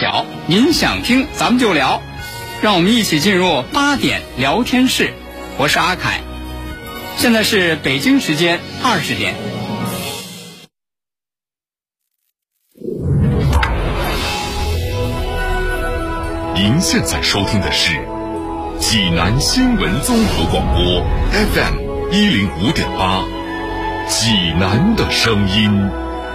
了，您想听咱们就聊，让我们一起进入8点聊天室。我是阿凯，现在是北京时间20点。 您现在收听的是济南新闻综合广播 FM105.8，济南的声音。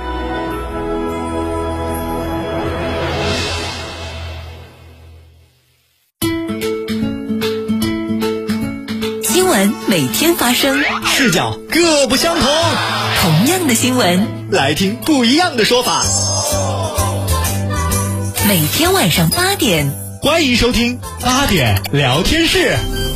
新闻每天发生， 视角各不相同。 同样的新闻， 来听不一样的说法。 每天晚上8点， 欢迎收听8点聊天室。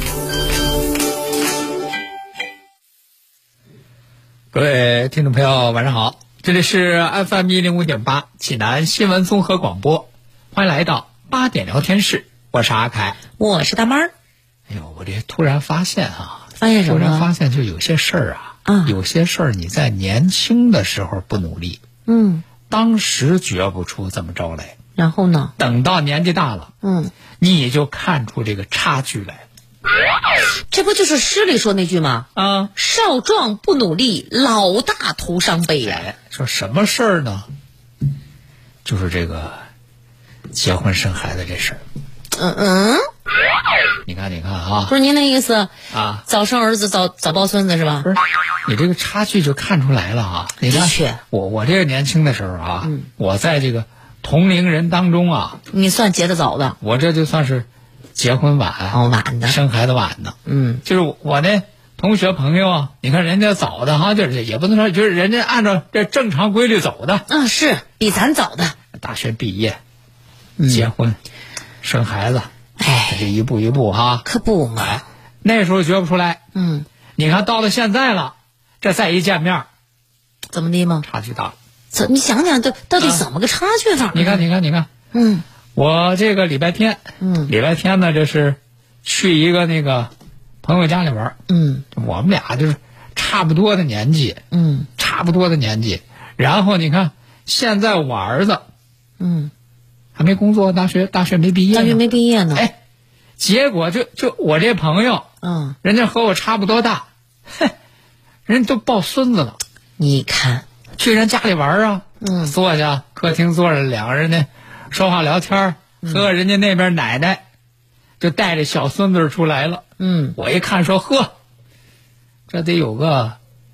各位听众朋友晚上好，这里是 FM105.8 济南新闻综合广播，欢迎来到8点聊天室，我是阿凯， 我是大妈儿。 哎呦，我这突然发现啊， 发现什么？ 突然发现就有些事儿有些事儿你在年轻的时候不努力，当时觉不出怎么着来， 然后呢？ 等到年纪大了，你就看出这个差距来。 这不就是诗里说那句吗？少壮不努力，老大徒伤悲呀。 说什么事儿呢？就是这个结婚生孩子这事儿。你看啊， 不是您那意思啊？ 早生儿子早抱孙子是吧？ 不是，你这个差距就看出来了啊！你看， 的确， 我这个年轻的时候啊，我在这个同龄人当中啊， 你算结得早的， 我这就算是结婚晚， 晚的， 生孩子晚的。就是我那同学朋友啊，你看人家早的哈，就是也不能说，就是人家按照这正常规律走的。 是比咱早的。 大学毕业，结婚，生孩子。这一步一步哈， 可不嘛。 那时候觉不出来，你看到了现在了，这再一见面， 怎么的吗？ 差距大了。 你想想，这到底怎么个差距法？ 你看，我这个礼拜天呢，这是去一个那个朋友家里玩，我们俩就是差不多的年纪，然后你看，现在我儿子，还没工作，大学没毕业呢。结果就我这朋友，人家和我差不多大，人家都抱孙子了。 你看， 去人家里玩啊，坐下客厅坐着，两个人呢说话聊天，和人家那边奶奶就带着小孙子出来了。我一看说呵，这得有个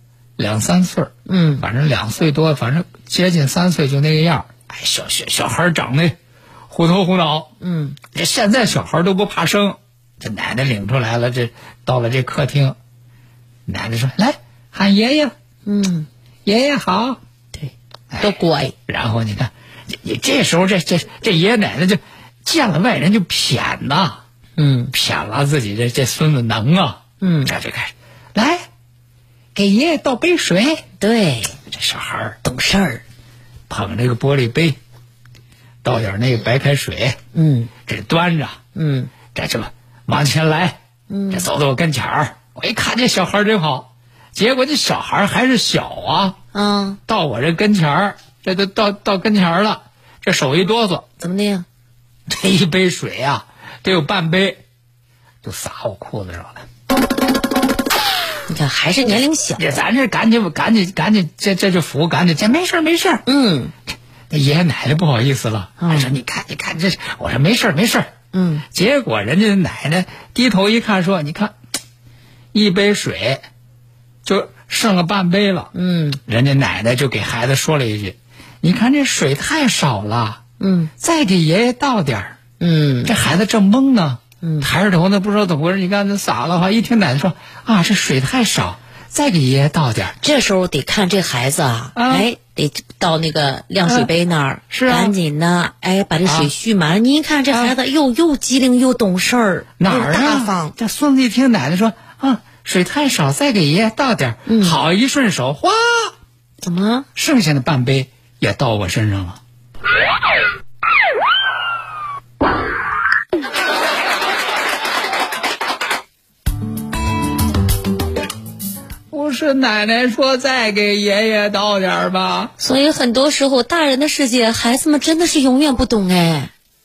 2、3岁，反正2岁多，反正接近3岁就那个样。小孩长得虎头虎脑，这现在小孩都不怕生。这奶奶领出来了，这到了这客厅，奶奶说：“来喊爷爷。”爷爷好。 对，多乖。然后你看，你这时候这爷爷奶奶就见了外人就谝呐，谝了自己这孙子能啊，这就开始来给爷爷倒杯水。 对， 这小孩懂事儿， 捧这个玻璃杯。倒点那个白开水，这端着，这就往前来，这走到我跟前儿，我一看这小孩真好，结果这小孩还是小啊，到我这跟前儿，这都到跟前儿了，这手一哆嗦， 怎么的呀？ 这一杯水啊，得有半杯，就洒我裤子上了。 你看还是年龄小， 咱这赶紧，这就扶，赶紧，这没事。爷爷奶奶不好意思了，说你看这，我说没事。结果人家奶奶低头一看，说你看，一杯水就剩了半杯了，人家奶奶就给孩子说了一句：“你看这水太少了，再给爷爷倒点儿。”这孩子正懵呢，抬着头呢，不知道怎么回事。你看这洒了话，一听奶奶说啊，这水太少。再给爷爷倒点儿， 这时候得看这孩子得到那个亮水杯那儿，赶紧的，把这水蓄满了。你一看这孩子又机灵又懂事儿， 哪儿大方。 这孙子一听奶奶说水太少，再给爷爷倒点儿，好一顺手，哗， 怎么了？ 剩下的半杯也倒我身上了。不是奶奶说再给爷爷倒点吧？ 所以很多时候大人的世界孩子们真的是永远不懂。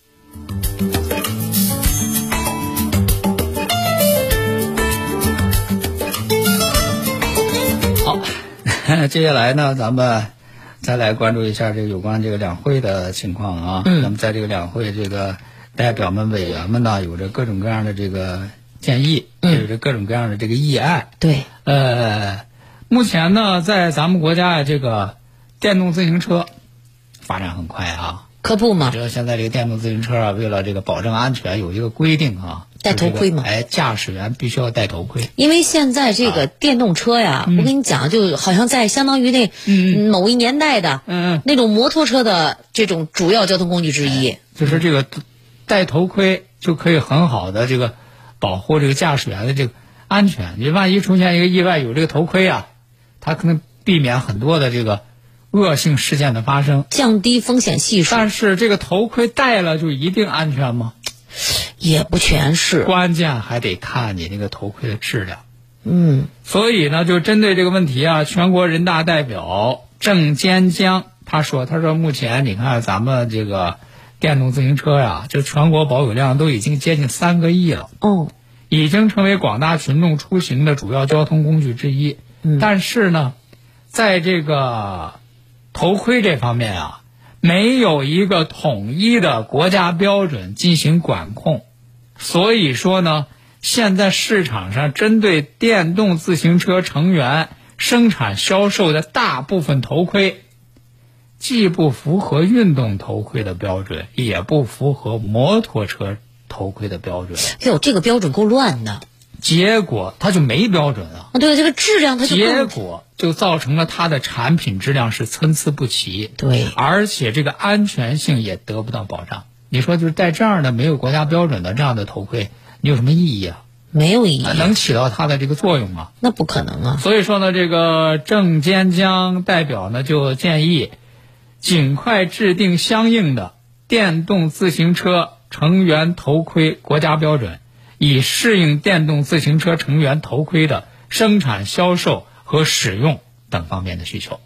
接下来呢，咱们再来关注一下这个有关这个两会的情况啊。那么在这个两会，这个代表们、委员们呢，有着各种各样的这个建议，有着各种各样的这个议案。 对。 目前呢，在咱们国家这个电动自行车发展很快啊。 可不嘛。 知道现在这个电动自行车啊，为了这个保证安全，有一个规定啊， 戴头盔嘛。 驾驶员必须要戴头盔。 因为现在这个电动车呀，我跟你讲，就好像在相当于那某一年代的那种摩托车的这种主要交通工具之一。 就是这个戴头盔就可以很好的这个保护这个驾驶员的这个安全。你万一出现一个意外，有这个头盔啊，它可能避免很多的这个恶性事件的发生， 降低风险系数。 但是这个头盔戴了就一定安全吗？ 也不全是， 关键还得看你那个头盔的质量。 所以呢，就针对这个问题啊，全国人大代表郑坚江他说目前你看咱们这个电动自行车呀，这全国保有量都已经接近3个亿了。已经成为广大群众出行的主要交通工具之一。但是呢，在这个头盔这方面啊，没有一个统一的国家标准进行管控，所以说呢，现在市场上针对电动自行车成员生产销售的大部分头盔，既不符合运动头盔的标准，也不符合摩托车头盔的标准。 这个标准够乱的。 结果它就没标准啊。 对，这个质量它就结果就造成了它的产品质量是参差不齐。 对， 而且这个安全性也得不到保障。你说就是戴这样的没有国家标准的这样的头盔，你有什么意义啊？ 没有意义。 能起到它的这个作用吗？ 那不可能啊。 所以说呢，这个郑坚江代表呢就建议尽快制定相应的电动自行车成员头盔国家标准，以适应电动自行车成员头盔的生产、销售和使用等方面的需求。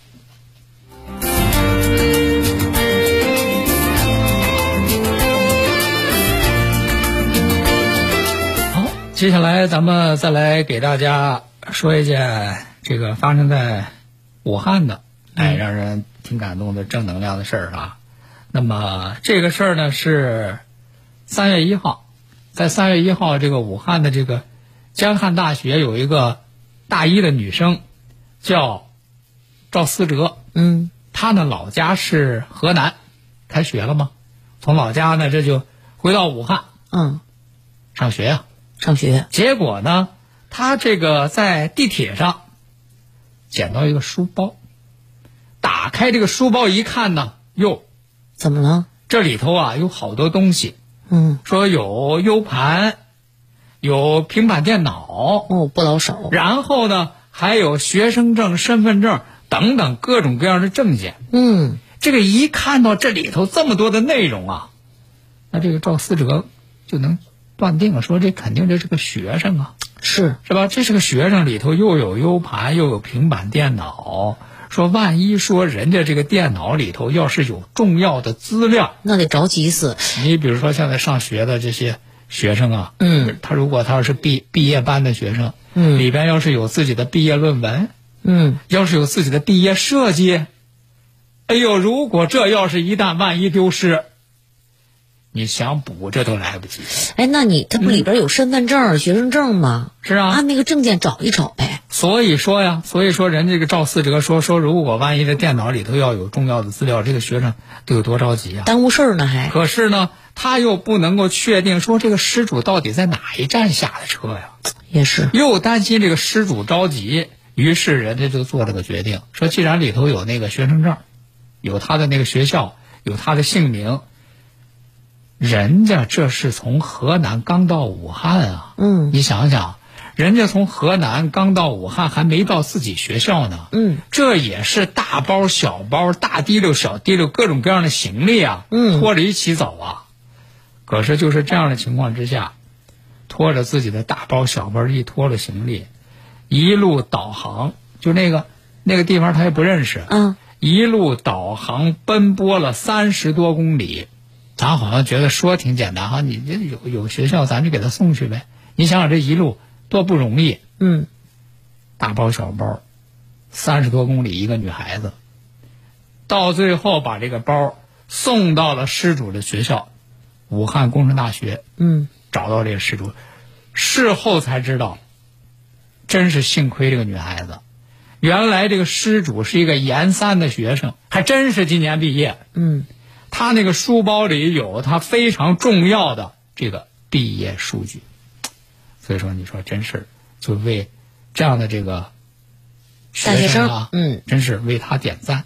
好，接下来咱们再来给大家说一件这个发生在武汉的，让人挺感动的正能量的事儿啊。那么这个事儿呢是3月1号。在3月1号，这个武汉的这个江汉大学有一个大一的女生叫赵思哲。她呢老家是河南，开学了嘛，从老家呢这就回到武汉。上学呀， 上学。结果呢，她这个在地铁上捡到一个书包，打开这个书包一看呢， 怎么了？ 这里头啊有好多东西。说有 U 盘，有平板电脑， 不老少。 然后呢，还有学生证、身份证等等各种各样的证件。这个一看到这里头这么多的内容啊，那这个赵思哲就能断定了，说这肯定这是个学生啊，是吧？这是个学生，里头又有 U 盘，又有平板电脑。说万一说人家这个电脑里头要是有重要的资料， 那得着急死。 你比如说现在上学的这些学生啊，他如果他要是毕业班的学生，里边要是有自己的毕业论文，要是有自己的毕业设计，如果这要是万一丢失，你想补这都来不及。 那他不里边有身份证、学生证吗？ 是啊， 按那个证件找一找呗。 所以说人这个赵思哲说如果万一这电脑里头要有重要的资料，这个学生得有多着急啊， 耽误事儿呢还。 可是呢，他又不能够确定说这个失主到底在哪一站下的车呀， 也是， 又担心这个失主着急，于是人家就做了个决定，说既然里头有那个学生证，有他的那个学校，有他的姓名，人家这是从河南刚到武汉啊，你想想，人家从河南刚到武汉，还没到自己学校呢，这也是大包小包、大提溜小提溜各种各样的行李啊，拖着一起走啊。可是就是这样的情况之下，拖着自己的大包小包一拖着行李，一路导航，就那个地方他也不认识，一路导航奔波了30多公里。咱好像觉得说挺简单哈，你这有学校咱就给他送去呗。你想想这一路多不容易，大包小包 30多公里一个女孩子，到最后把这个包送到了失主的学校，武汉工程大学。找到这个失主，事后才知道，真是幸亏这个女孩子。原来这个失主是一个研3的学生，还真是今年毕业。他那个书包里有他非常重要的这个毕业数据，所以说你说真是就为这样的这个学生啊，真是为他点赞。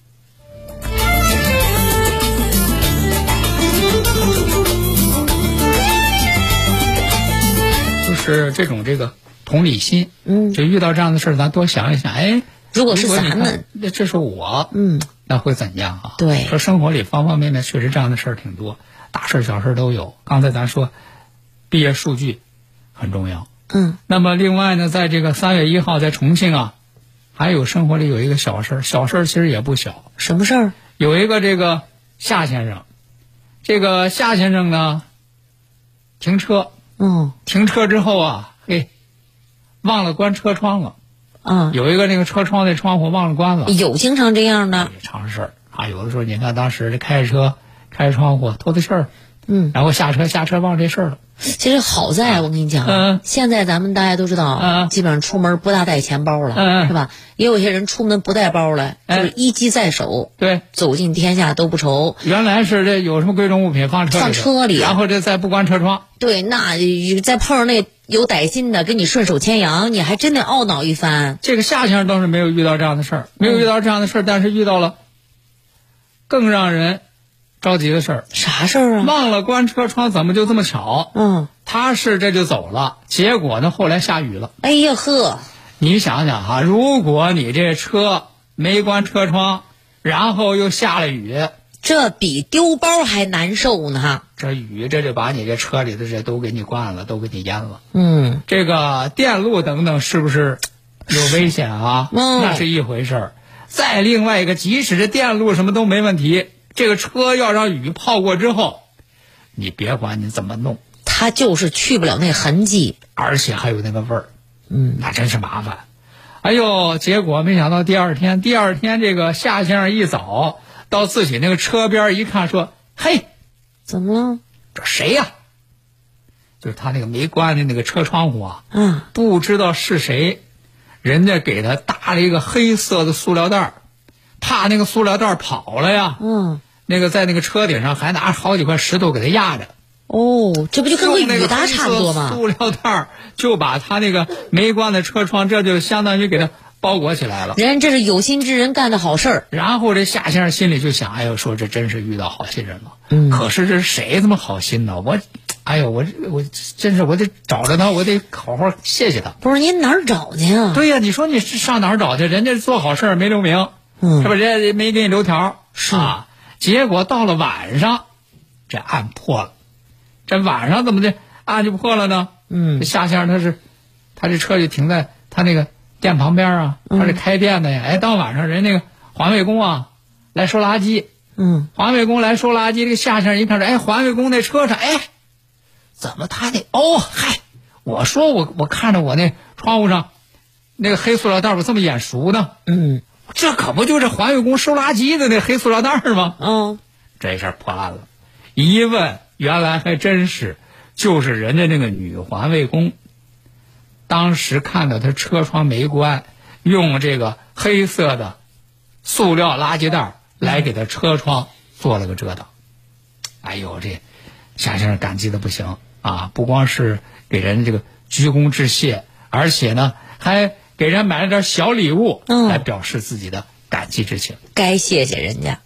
就是这种这个同理心，就遇到这样的事儿，咱多想一想，哎， 如果是咱们， 那这是我，那会怎样啊？ 对， 说生活里方方面面确实这样的事儿挺多，大事小事都有。刚才咱说，毕业数据很重要。那么另外呢，在这个3月1号在重庆啊，还有生活里有一个小事儿，小事儿其实也不小。 什么事儿？ 有一个这个夏先生，这个夏先生呢，停车。停车之后啊，忘了关车窗了。有一个那个车窗的窗户忘了关了。 有经常这样的。 常事儿啊，有的时候你看当时开着车开着窗户透的气儿，然后下车忘这事儿了。 其实好在我跟你讲，现在咱们大家都知道，基本上出门不大带钱包了，是吧？也有些人出门不带包了，就是一机在手， 对， 走进天下都不愁。 原来是这有什么贵重物品放车里，然后这再不关车窗， 对，那再碰上那有歹心的跟你顺手牵羊，你还真得懊恼一番。 这个夏先生倒是没有遇到这样的事儿，但是遇到了更让人着急的事儿。 啥事儿啊？ 忘了关车窗，怎么就这么巧？他是这就走了，结果呢后来下雨了。 哎呀呵， 你想想哈，如果你这车没关车窗，然后又下了雨， 这比丢包还难受呢。 这雨这就把你这车里的这都给你灌了，都给你淹了。这个电路等等是不是有危险啊？那是一回事儿。再另外一个，即使这电路什么都没问题，这个车要让雨泡过之后，你别管你怎么弄， 它就是去不了那痕迹， 而且还有那个味儿。那真是麻烦。哎呦，结果没想到第二天这个夏先生一早到自己那个车边一看，说：“嘿， 怎么了？ 这谁呀？”就是他那个没关的那个车窗户啊，不知道是谁，人家给他搭了一个黑色的塑料袋，怕那个塑料袋跑了呀。那个在那个车顶上还拿好几块石头给他压着。 这不就跟个雨搭差不多吗？ 塑料袋就把他那个没关的车窗，这就相当于给他包裹起来了。 人这是有心之人干的好事儿。 然后这夏先生心里就想：哎呦，说这真是遇到好心人了。可是这是谁这么好心呢？我真是我得找着他，我得好好谢谢他。 不是您哪儿找去啊？ 对呀，你说你是上哪儿找去？人家做好事儿没留名，是吧？人家没给你留条， 是啊。结果到了晚上，这案破了。这晚上怎么这案就破了呢？这夏先生他这车就停在他那个店旁边啊，他是开店的呀。到晚上人那个环卫工啊来收垃圾，环卫工来收垃圾，这个夏先生一看说：“环卫工那车上，怎么他那我说我看着我那窗户上那个黑塑料袋我这么眼熟呢？这可不就是环卫工收垃圾的那黑塑料袋吗？这事儿破案了，一问。原来还真是，就是人家那个女环卫工，当时看到他车窗没关，用这个黑色的塑料垃圾袋来给他车窗做了个遮挡。哎呦，这夏先生感激的不行啊！不光是给人这个鞠躬致谢，而且呢，还给人买了点小礼物，来表示自己的感激之情。 该谢谢人家。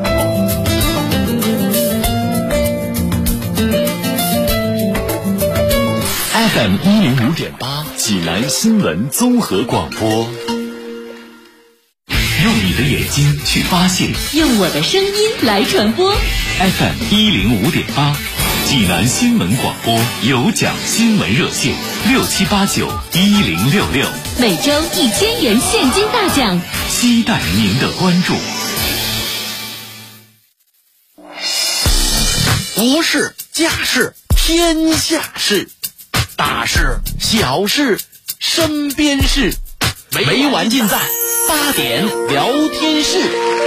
FM 105.8济南新闻综合广播，用你的眼睛去发现， 用我的声音来传播。 FM 105.8济南新闻广播有奖新闻热线67891066， 每周1000元现金大奖， 期待您的关注。 国事家事天下事，大事小事身边事，每晚尽在 8点聊天室。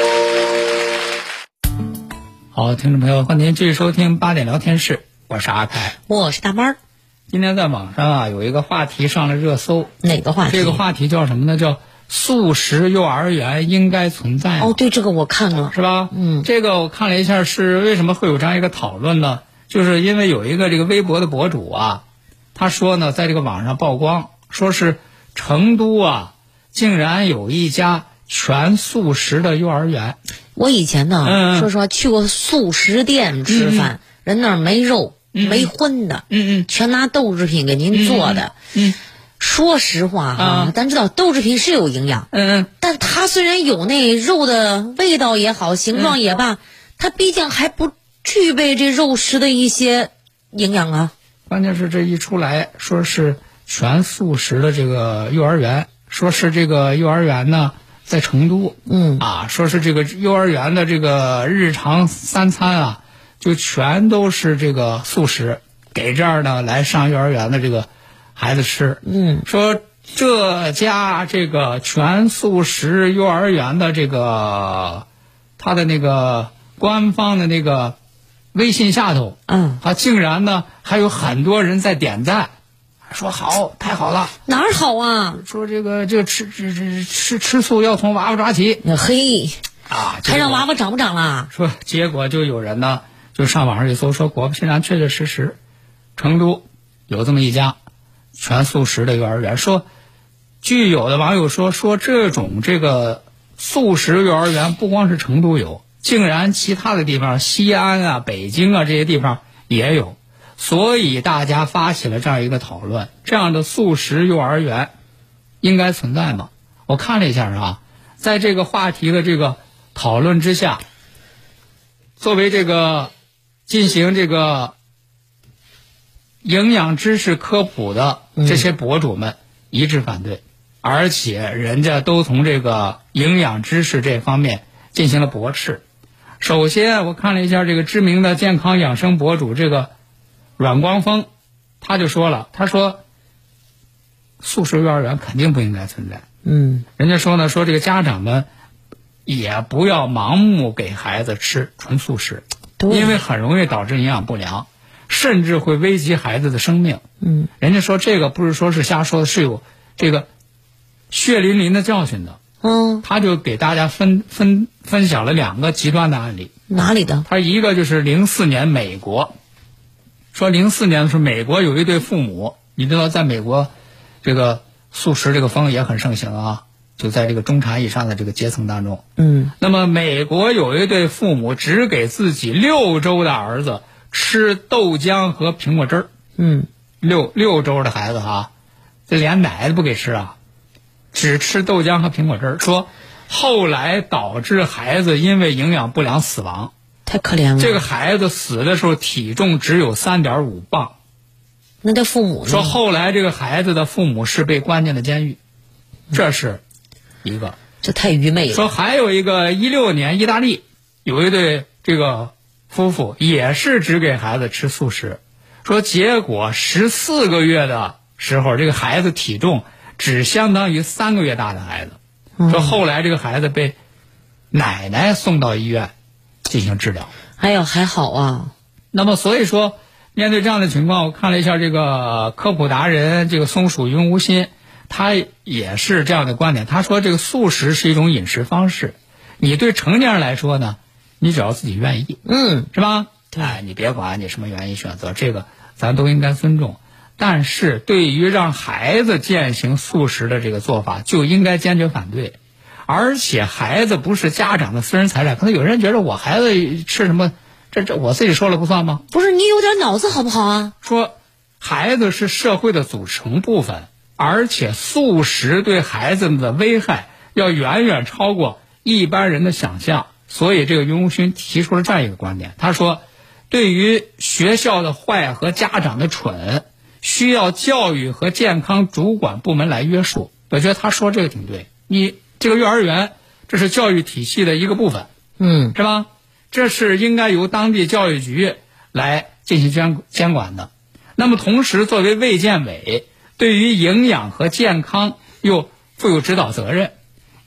好，听众朋友，欢迎您继续收听8点聊天室，我是阿凯， 我是大妈。 今天在网上有一个话题上了热搜。 哪个话题？ 这个话题叫什么呢？叫素食幼儿园应该存在吗？ 对，这个我看了， 是吧？这个我看了一下，是为什么会有这样一个讨论呢？就是因为有一个这个微博的博主他说呢，在这个网上曝光，说是成都竟然有一家全素食的幼儿园。 我以前呢，说实话去过素食店吃饭，人那儿没肉，没荤的，全拿豆制品给您做的。说实话咱知道豆制品是有营养，但它虽然有那肉的味道也好，形状也罢，它毕竟还不具备这肉食的一些营养啊。 关键是这一出来说是全素食的这个幼儿园，说是这个幼儿园呢在成都，说是这个幼儿园的这个日常三餐就全都是这个素食，给这儿呢来上幼儿园的这个孩子吃。说这家这个全素食幼儿园的这个他的那个官方的那个微信下头，他竟然呢还有很多人在点赞，说好，太好了。 哪儿好啊？ 说这个吃素要从娃娃抓起。 嘿还让娃娃长不长了？ 说结果就有人呢就上网上一搜，说果不其然，确确实实成都有这么一家全素食的幼儿园。说据有的网友说这种这个素食幼儿园不光是成都有，竟然其他的地方西安北京这些地方也有。所以大家发起了这样一个讨论，这样的素食幼儿园应该存在吗？我看了一下在这个话题的这个讨论之下，作为这个进行这个营养知识科普的这些博主们一致反对，而且人家都从这个营养知识这方面进行了驳斥。首先我看了一下这个知名的健康养生博主这个阮光峰，他就说了，他说素食幼儿园肯定不应该存在。人家说呢，说这个家长们也不要盲目给孩子吃纯素食，因为很容易导致营养不良，甚至会危及孩子的生命。人家说这个不是说是瞎说的，是有这个血淋淋的教训的。他就给大家分享了2个极端的案例。 哪里的？ 他一个就是04年美国，说04年的时候美国有一对父母，你知道在美国这个素食这个风也很盛行就在这个中产以上的这个阶层当中。那么美国有一对父母只给自己6周的儿子吃豆浆和苹果汁儿。6周的孩子这连奶都不给吃只吃豆浆和苹果汁儿。说后来导致孩子因为营养不良死亡， 太可怜了。 这个孩子死的时候体重只有3.5磅。 那这父母呢？ 说后来这个孩子的父母是被关进了监狱。这是一个。 这太愚昧了。 说还有一个16年意大利有一对这个夫妇也是只给孩子吃素食，说结果14个月的时候这个孩子体重只相当于3个月大的孩子。说后来这个孩子被奶奶送到医院进行治疗。 还好那么所以说面对这样的情况，我看了一下这个科普达人这个松鼠云无心，他也是这样的观点。他说这个素食是一种饮食方式，你对成年人来说呢，你只要自己愿意，是吧？你别管你什么原因选择，这个咱都应该尊重。但是对于让孩子践行素食的这个做法，就应该坚决反对。而且孩子不是家长的私人财产，可能有人觉得我孩子吃什么，这我自己说了不算吗？ 不是，你有点脑子好不好啊？ 说孩子是社会的组成部分，而且素食对孩子们的危害要远远超过一般人的想象。所以这个云无勋提出了这样一个观点，他说对于学校的坏和家长的蠢，需要教育和健康主管部门来约束。我觉得他说这个挺对，你这个幼儿园这是教育体系的一个部分，是吧？这是应该由当地教育局来进行监管的。那么同时作为卫健委，对于营养和健康又负有指导责任，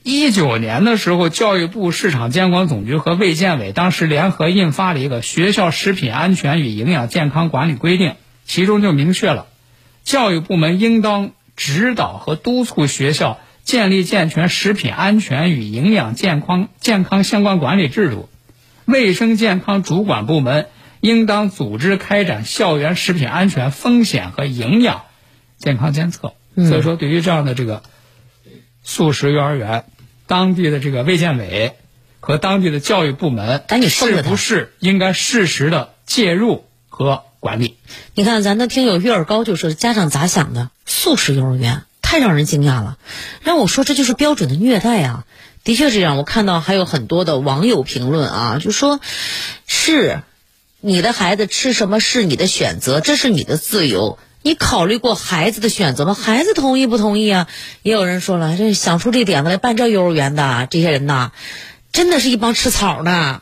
19年的时候，教育部市场监管总局和卫健委当时联合印发了一个《学校食品安全与营养健康管理规定》，其中就明确了，教育部门应当指导和督促学校建立健全食品安全与营养健康相关管理制度，卫生健康主管部门应当组织开展校园食品安全风险和营养健康监测。所以说，对于这样的这个素食幼儿园，当地的这个卫健委和当地的教育部门，是不是应该适时的介入和管理？ 你看，咱的听友月儿高就说，家长咋想的？素食幼儿园太让人惊讶了，让我说这就是标准的虐待啊！的确是这样，我看到还有很多的网友评论啊，就说是你的孩子吃什么是你的选择，这是你的自由。你考虑过孩子的选择吗？孩子同意不同意啊？也有人说了，这想出这点子来办这幼儿园的这些人呐，真的是一帮吃草的。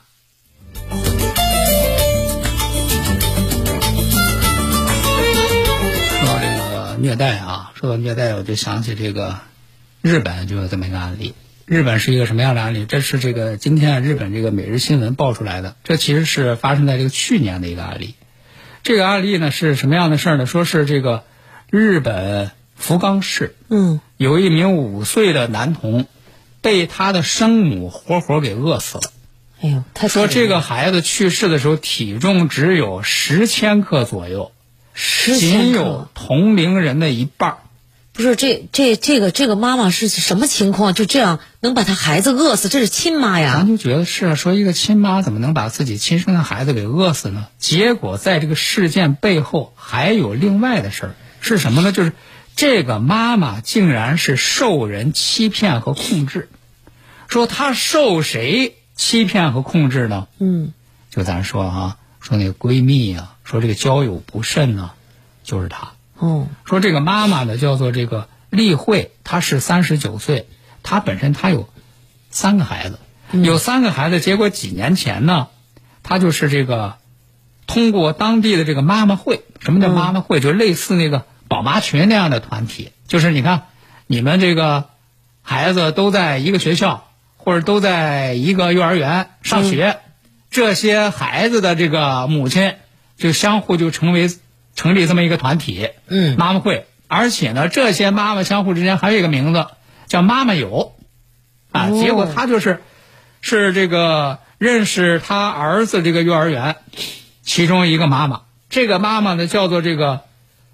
说到这个虐待啊，说到虐待，我就想起这个日本就有这么一个案例。日本是一个什么样的案例？这是这个今天日本这个每日新闻爆出来的，这其实是发生在这个去年的一个案例。这个案例呢是什么样的事呢？说是这个日本福冈市，有一名5岁的男童被他的生母活活给饿死了。 哎呦，太说这个孩子去世的时候体重只有10千克左右，仅有同龄人的一半。 不是这个妈妈是什么情况？就这样能把他孩子饿死？这是亲妈呀！ 咱就觉得是说一个亲妈怎么能把自己亲生的孩子给饿死呢？结果在这个事件背后还有另外的事儿，是什么呢？就是这个妈妈竟然是受人欺骗和控制。说她受谁欺骗和控制呢？就咱说啊，说那个闺蜜啊，说这个交友不慎呢，就是她。说这个妈妈呢叫做这个丽慧，她是39岁，她本身她有3个孩子，有3个孩子，结果几年前呢，她就是这个通过当地的这个妈妈会，什么叫妈妈会？就类似那个宝妈群那样的团体，就是你看你们这个孩子都在一个学校或者都在一个幼儿园上学，这些孩子的这个母亲就相互就成立这么一个团体，妈妈会，而且呢，这些妈妈相互之间还有一个名字叫妈妈友，啊，结果他是这个认识他儿子这个幼儿园其中一个妈妈，这个妈妈呢叫做这个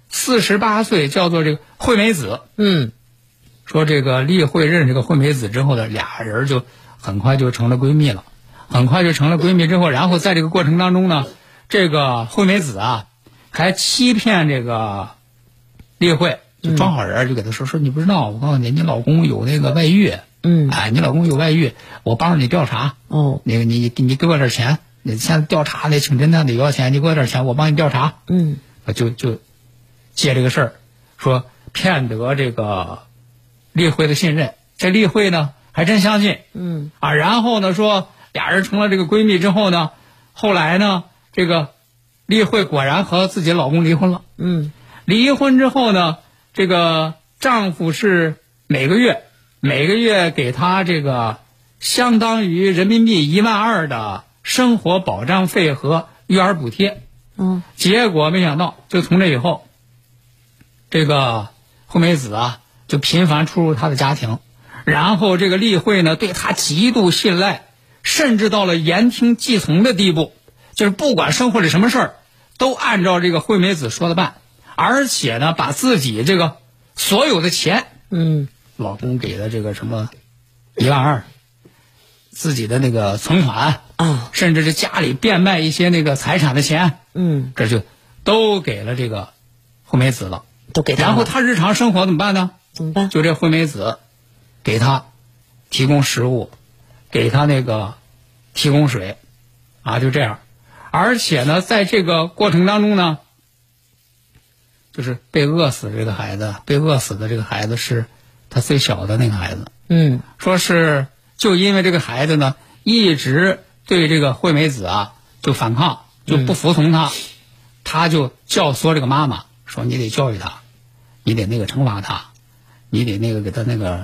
48岁，叫做这个惠美子，说这个丽慧认识这个惠美子之后呢，俩人就很快就成了闺蜜了，很快就成了闺蜜之后，然后在这个过程当中呢，这个惠美子啊还欺骗这个丽慧，就装好人，就给他说你不知道，我告诉你，你老公有那个外遇，你老公有外遇，我帮着你调查，那个你给我点钱，你现在调查得请侦探得要钱，你给我点钱，我帮你调查，就借这个事儿，说骗得这个丽慧的信任，这丽慧呢还真相信，然后呢说俩人成了这个闺蜜之后呢，后来呢这个丽慧果然和自己老公离婚了。离婚之后呢，这个丈夫是每个月给她这个相当于人民币12000的生活保障费和育儿补贴。结果没想到，就从这以后，这个惠美子啊就频繁出入她的家庭，然后这个丽慧呢对她极度信赖，甚至到了言听计从的地步。就是不管生活里什么事儿，都按照这个惠美子说的办，而且呢，把自己这个所有的钱，老公给的这个什么12000，自己的那个存款啊，甚至是家里变卖一些那个财产的钱，这就都给了这个惠美子了， 都给他了。 然后他日常生活怎么办呢？ 怎么办？ 就这惠美子给他提供食物，给他那个提供水，啊，就这样。而且呢，在这个过程当中呢，就是被饿死的这个孩子是他最小的那个孩子。说是就因为这个孩子呢，一直对这个惠美子啊就反抗，就不服从他，他就教唆这个妈妈说：“你得教育他，你得那个惩罚他，你得那个给他那个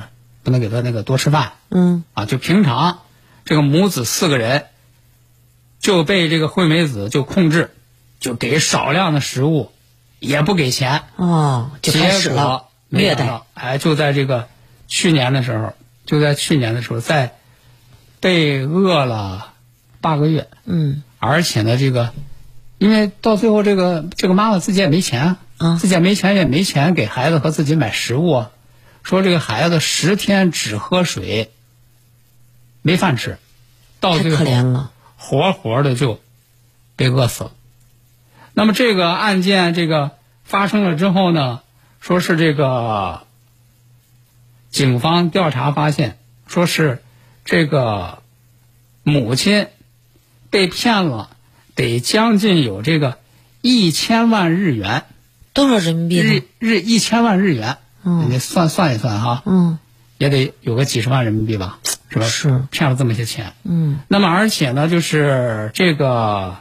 不能给他那个多吃饭。就平常这个母子4个人就被这个惠美子就控制，就给少量的食物，也不给钱。 就开始了虐待。 就在这个去年的时候，在被饿了8个月。而且呢，这个因为到最后这个妈妈自己也没钱自己也没钱，也没钱给孩子和自己买食物啊。说这个孩子10天只喝水，没饭吃，到最后太可怜了， 活活的就被饿死了。那么这个案件这个发生了之后呢，说是这个警方调查发现，说是这个母亲被骗了，得将近有这个1000万日元。 多少人民币呢 ？1000万日元。你算一算哈。也得有个几十万人民币吧，是吧？ 是骗了这么些钱。那么而且呢，就是这个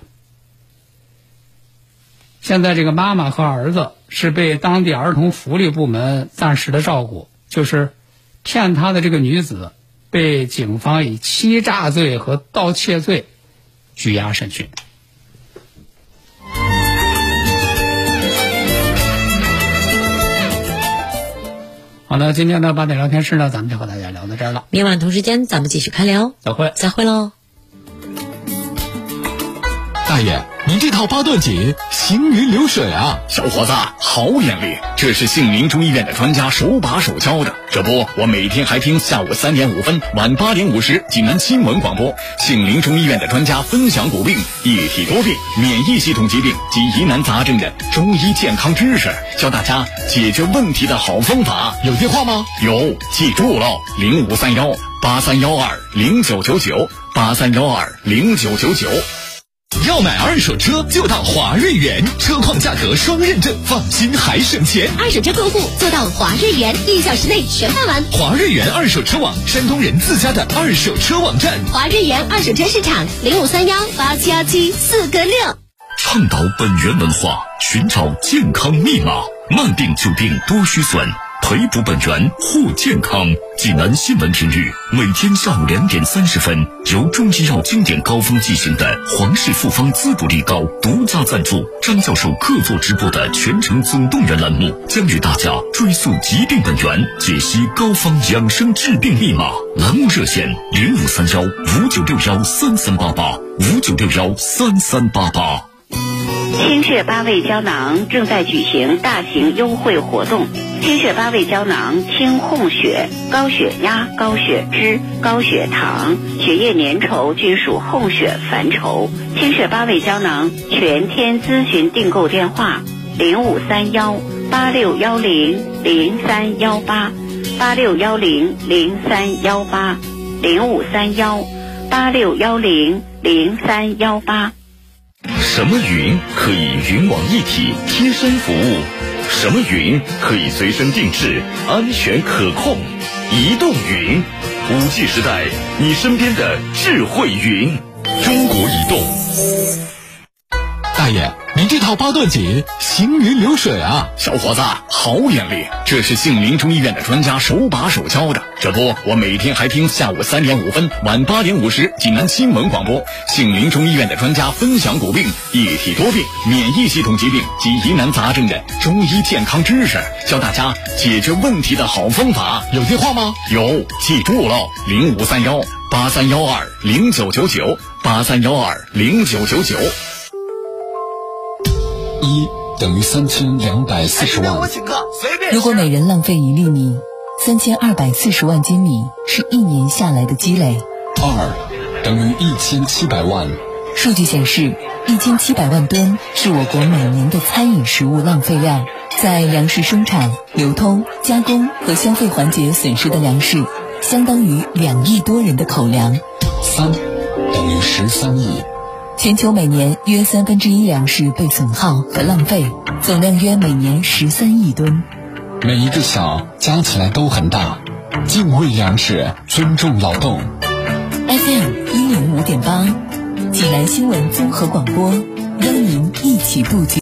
现在这个妈妈和儿子是被当地儿童福利部门暂时的照顾，就是骗他的这个女子被警方以欺诈罪和盗窃罪拘押审讯。好了，今天的8点聊天室呢，咱们就和大家聊到这儿了。 明晚同时间咱们继续开聊，再会喽。 大爷，您这套8段锦行云流水啊！ 小伙子，好眼力，这是杏林中医院的专家手把手教的。这不，我每天还听下午3点5分、晚8点50济南新闻广播，杏林中医院的专家分享骨病、一体多病、免疫系统疾病及疑难杂症的中医健康知识，教大家解决问题的好方法。 有电话吗？ 有，记住了，0531831299，83120999。 要买二手车就到华瑞源，车况价格双认证，放心还省钱。 二手车过户就到华瑞源，1小时内全办完。 华瑞源二手车网，山东人自家的二手车网站。 华瑞源二手车市场，0531871744个6。 倡导本源文化，寻找健康密码，慢病久病多虚损，培补本源护健康。济南新闻频率每天下午2点30分，由中医药经典膏方进行的皇氏复方滋补力膏独家赞助，张教授客座直播的全程总动员栏目，将与大家追溯疾病本源，解析膏方养生治病密码。栏目热线0531596388，59613388。 清血8味胶囊正在举行大型优惠活动，清血8味胶囊清供血，高血压、高血脂、高血糖、血液粘稠均属供血范畴。清血8味胶囊全天咨询订购电话 053186100318，86100318，053186100318。什么云可以云网一体贴身服务？什么云可以随身定制安全可控？移动云，5G 时代你身边的智慧云。中国移动。 大爷，您这套8段锦行云流水啊！ 小伙子，好眼力，这是杏林中医院的专家手把手教的。这不，我每天还听下午3点5分、晚8点50济南新闻广播，杏林中医院的专家分享骨病、一体多病、免疫系统疾病及疑难杂症的中医健康知识，教大家解决问题的好方法。 有电话吗？ 有，记住了，053183120999，83120999。 1等于3240万。 如果每人浪费1粒米，3240万斤米是1年下来的积累。 2等于1700万。 数据显示，1700万吨是我国每年的餐饮食物浪费量。在粮食生产、流通、加工和消费环节损失的粮食，相当于2亿多人的口粮。 3等于13亿。 全球每年约1/3粮食被损耗和浪费，总量约每年13亿吨。 每一个小加起来都很大。敬畏粮食，尊重劳动。 FM105.8，济南新闻综合广播，邀您一起杜绝